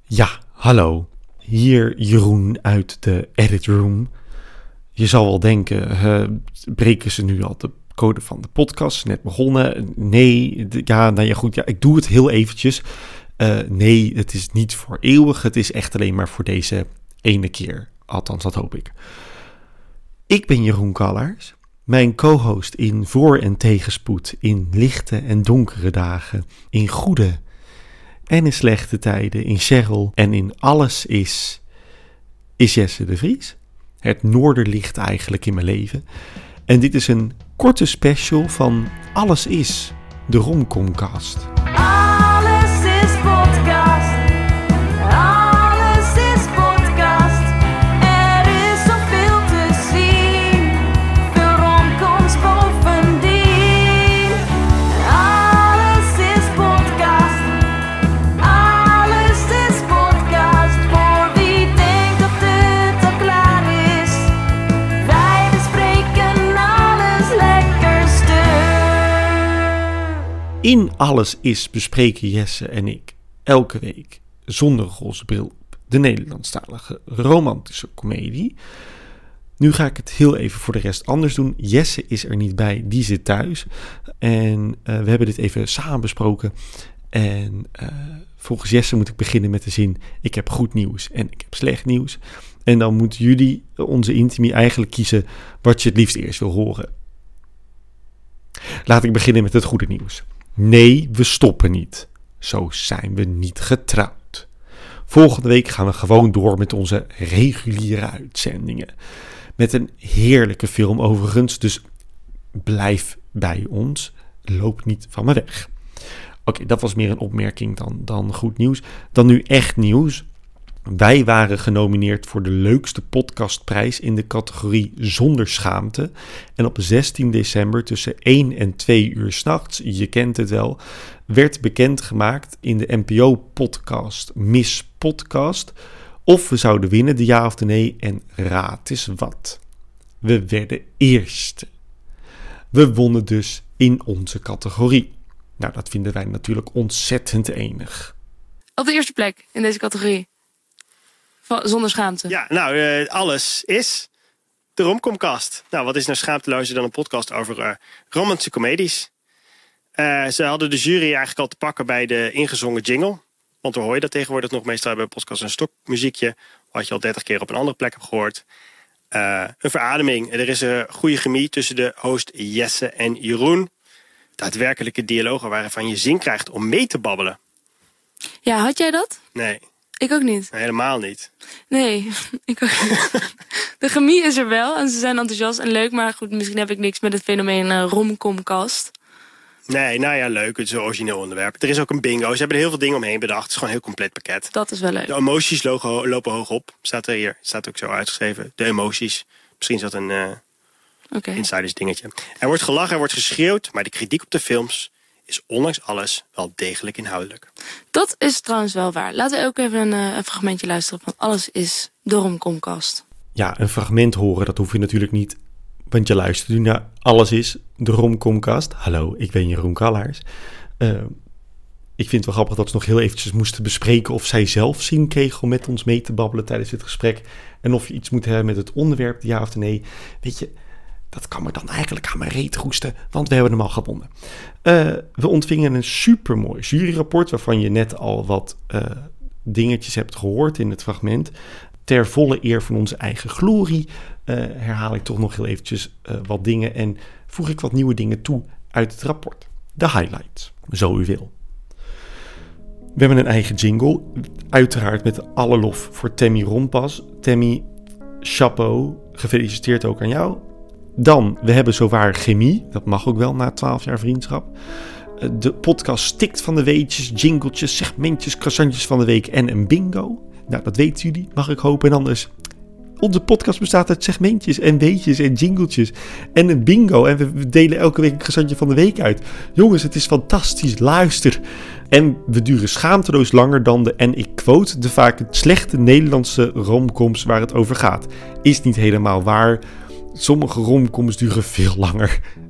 Ja, hallo. Hier Jeroen uit de Edit Room. Je zal wel denken, breken ze nu al de code van de podcast? Net begonnen? Nee, ik doe het heel eventjes. Nee, het is niet voor eeuwig. Het is echt alleen maar voor deze ene keer. Althans, dat hoop ik. Ik ben Jeroen Kallaars. Mijn co-host in voor- en tegenspoed, in lichte en donkere dagen, in goede en in slechte tijden, in Cheryl en in alles is Jesse de Vries. Het noorderlicht eigenlijk in mijn leven. En dit is een korte special van Alles is, de Romcomcast. Alles is podcast. Alles is podcast. Er is zoveel te zien. Veel romcoms bovendien. Alles is podcast. Alles is podcast. Voor wie denkt dat het al klaar is. Wij bespreken alles lekkerste. In Alles is bespreken Jesse en ik elke week zonder roze bril op de Nederlandstalige romantische komedie. Nu ga ik het heel even voor de rest anders doen. Jesse is er niet bij, die zit thuis. En we hebben dit even samen besproken. En volgens Jesse moet ik beginnen met de zin: ik heb goed nieuws en ik heb slecht nieuws. En dan moeten jullie, onze intimi, eigenlijk kiezen wat je het liefst eerst wil horen. Laat ik beginnen met het goede nieuws. Nee, we stoppen niet. Zo zijn we niet getrouwd. Volgende week gaan we gewoon door met onze reguliere uitzendingen. Met een heerlijke film overigens, dus blijf bij ons. Loop niet van me weg. Oké, dat was meer een opmerking dan goed nieuws. Dan nu echt nieuws. Wij waren genomineerd voor de leukste podcastprijs in de categorie Zonder Schaamte. En op 16 december tussen 1 en 2 uur 's nachts, je kent het wel, werd bekendgemaakt in de NPO-podcast Miss Podcast of we zouden winnen, de ja of de nee, en raad eens wat. We werden eerste. We wonnen dus in onze categorie. Nou, dat vinden wij natuurlijk ontzettend enig. Op de eerste plek in deze categorie. Zonder schaamte. Ja, nou, alles is de Romcomcast. Nou, wat is nou schaamtelozer dan een podcast over romantische comedies? Ze hadden de jury eigenlijk al te pakken bij de ingezongen jingle. Want dan hoor je dat tegenwoordig nog meestal bij podcast een stokmuziekje. Wat je al 30 keer op een andere plek hebt gehoord. Een verademing. Er is een goede chemie tussen de host Jesse en Jeroen. Daadwerkelijke dialogen waarvan je zin krijgt om mee te babbelen. Ja, had jij dat? Nee. Ik ook niet. Helemaal niet. Nee, ik ook niet. De chemie is er wel en ze zijn enthousiast en leuk. Maar goed, misschien heb ik niks met het fenomeen romcomcast. Nee, nou ja, leuk. Het is een origineel onderwerp. Er is ook een bingo. Ze hebben er heel veel dingen omheen bedacht. Het is gewoon een heel compleet pakket. Dat is wel leuk. De emoties lopen hoog op. Staat er hier. Staat ook zo uitgeschreven. De emoties. Misschien is dat een insiders dingetje. Er wordt gelachen, er wordt geschreeuwd. Maar de kritiek op de films is ondanks alles wel degelijk inhoudelijk. Dat is trouwens wel waar. Laten we ook even een fragmentje luisteren van Alles is de Romcomcast. Ja, een fragment horen, dat hoef je natuurlijk niet. Want je luistert nu naar Alles is, de Romcomcast. Hallo, ik ben Jeroen Kallaars. Ik vind het wel grappig dat ze nog heel eventjes moesten bespreken of zij zelf zin kreeg om met ons mee te babbelen tijdens dit gesprek. En of je iets moet hebben met het onderwerp, ja of nee. Weet je, dat kan me dan eigenlijk aan mijn reet roesten, want we hebben hem al gewonnen. We ontvingen een supermooi juryrapport, waarvan je net al wat dingetjes hebt gehoord in het fragment. Ter volle eer van onze eigen glorie herhaal ik toch nog heel eventjes wat dingen en voeg ik wat nieuwe dingen toe uit het rapport. De highlights, zo u wil. We hebben een eigen jingle, uiteraard met alle lof voor Tammy Rompas. Tammy, chapeau, gefeliciteerd ook aan jou. Dan, we hebben zowaar chemie, dat mag ook wel na 12 jaar vriendschap. De podcast stikt van de weetjes, jingletjes, segmentjes, croissantjes van de week en een bingo. Nou, dat weten jullie, mag ik hopen. En anders, onze podcast bestaat uit segmentjes en weetjes en jingletjes en een bingo. En we delen elke week een croissantje van de week uit. Jongens, het is fantastisch, luister. En we duren schaamteloos langer dan de, en ik quote, de vaak slechte Nederlandse romcoms waar het over gaat. Is niet helemaal waar. Sommige romcoms duren veel langer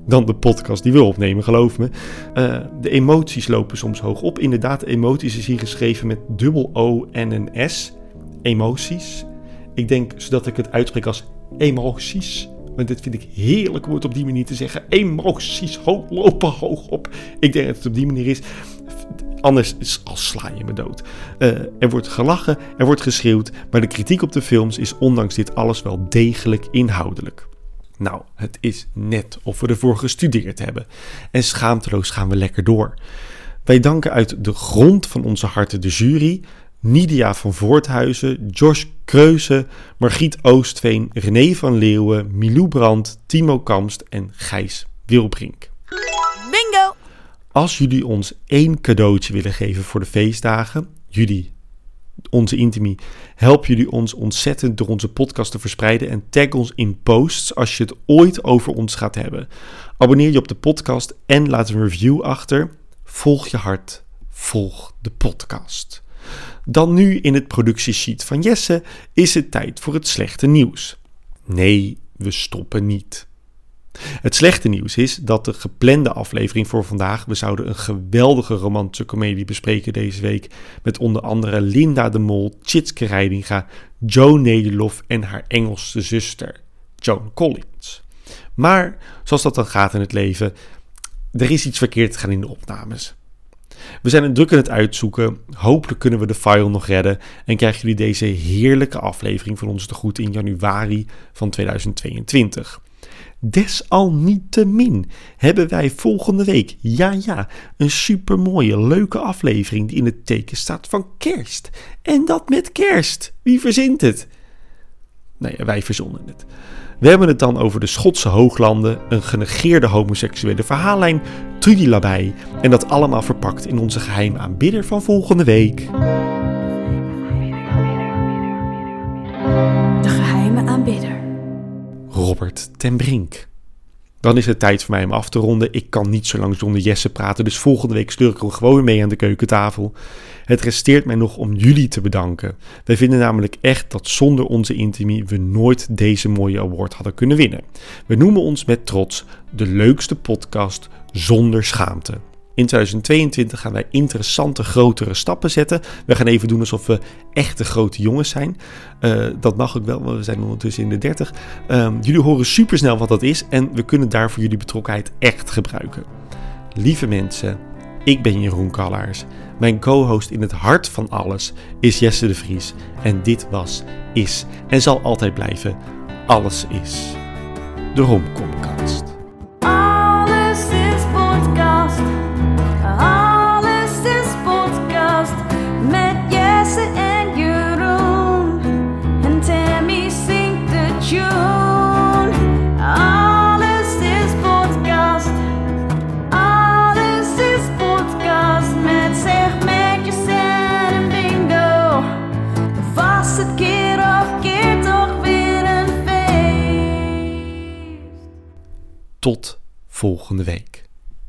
dan de podcast die we opnemen, geloof me. De emoties lopen soms hoog op. Inderdaad, emoties is hier geschreven met dubbel O en een S. Emoties. Ik denk, zodat ik het uitspreek als emoties. Want dit vind ik heerlijk om het op die manier te zeggen. Emoties lopen hoog op. Ik denk dat het op die manier is. Anders sla je me dood. Er wordt gelachen, er wordt geschreeuwd. Maar de kritiek op de films is ondanks dit alles wel degelijk inhoudelijk. Nou, het is net of we ervoor gestudeerd hebben. En schaamteloos gaan we lekker door. Wij danken uit de grond van onze harten de jury. Nidia van Voorthuizen, Josh Kreuze, Margriet Oostveen, René van Leeuwen, Milou Brandt, Timo Kamst en Gijs Wilbrink. Bingo! Als jullie ons 1 cadeautje willen geven voor de feestdagen, jullie, onze Intimi, helpen jullie ons ontzettend door onze podcast te verspreiden en tag ons in posts als je het ooit over ons gaat hebben. Abonneer je op de podcast en laat een review achter. Volg je hart, volg de podcast. Dan nu in het productiesheet van Jesse is het tijd voor het slechte nieuws. Nee, we stoppen niet. Het slechte nieuws is dat de geplande aflevering voor vandaag, we zouden een geweldige romantische komedie bespreken deze week, met onder andere Linda de Mol, Tjitske Reidinga, Joe Nederlof en haar Engelse zuster, Joan Collins. Maar, zoals dat dan gaat in het leven, er is iets verkeerd gegaan in de opnames. We zijn druk aan het uitzoeken, hopelijk kunnen we de file nog redden en krijgen jullie deze heerlijke aflevering van ons te goed in januari van 2022. Desalniettemin hebben wij volgende week, een supermooie, leuke aflevering die in het teken staat van kerst. En dat met kerst. Wie verzint het? Nee, wij verzonnen het. We hebben het dan over de Schotse hooglanden, een genegeerde homoseksuele verhaallijn, Trudy Labij en dat allemaal verpakt in onze geheime aanbidder van volgende week. De geheime aanbidder. Robert ten Brink. Dan is het tijd voor mij om af te ronden. Ik kan niet zo lang zonder Jesse praten, dus volgende week sleur ik hem gewoon mee aan de keukentafel. Het resteert mij nog om jullie te bedanken. Wij vinden namelijk echt dat zonder onze Intimi we nooit deze mooie award hadden kunnen winnen. We noemen ons met trots de leukste podcast zonder schaamte. In 2022 gaan wij interessante, grotere stappen zetten. We gaan even doen alsof we echte grote jongens zijn. Dat mag ook wel, want we zijn ondertussen in de 30. Jullie horen supersnel wat dat is en we kunnen daarvoor jullie betrokkenheid echt gebruiken. Lieve mensen, ik ben Jeroen Kallaars. Mijn co-host in het hart van alles is Jesse de Vries. En dit was, is en zal altijd blijven Alles is. De Romcomcast. Alles is podcast. Alles is podcast. Met Jesse en Jeroen. En Tammy zingt de tune. Alles is podcast. Alles is podcast. Met segmentjes en een bingo. Was het keer op keer toch weer een feest. Tot volgende week.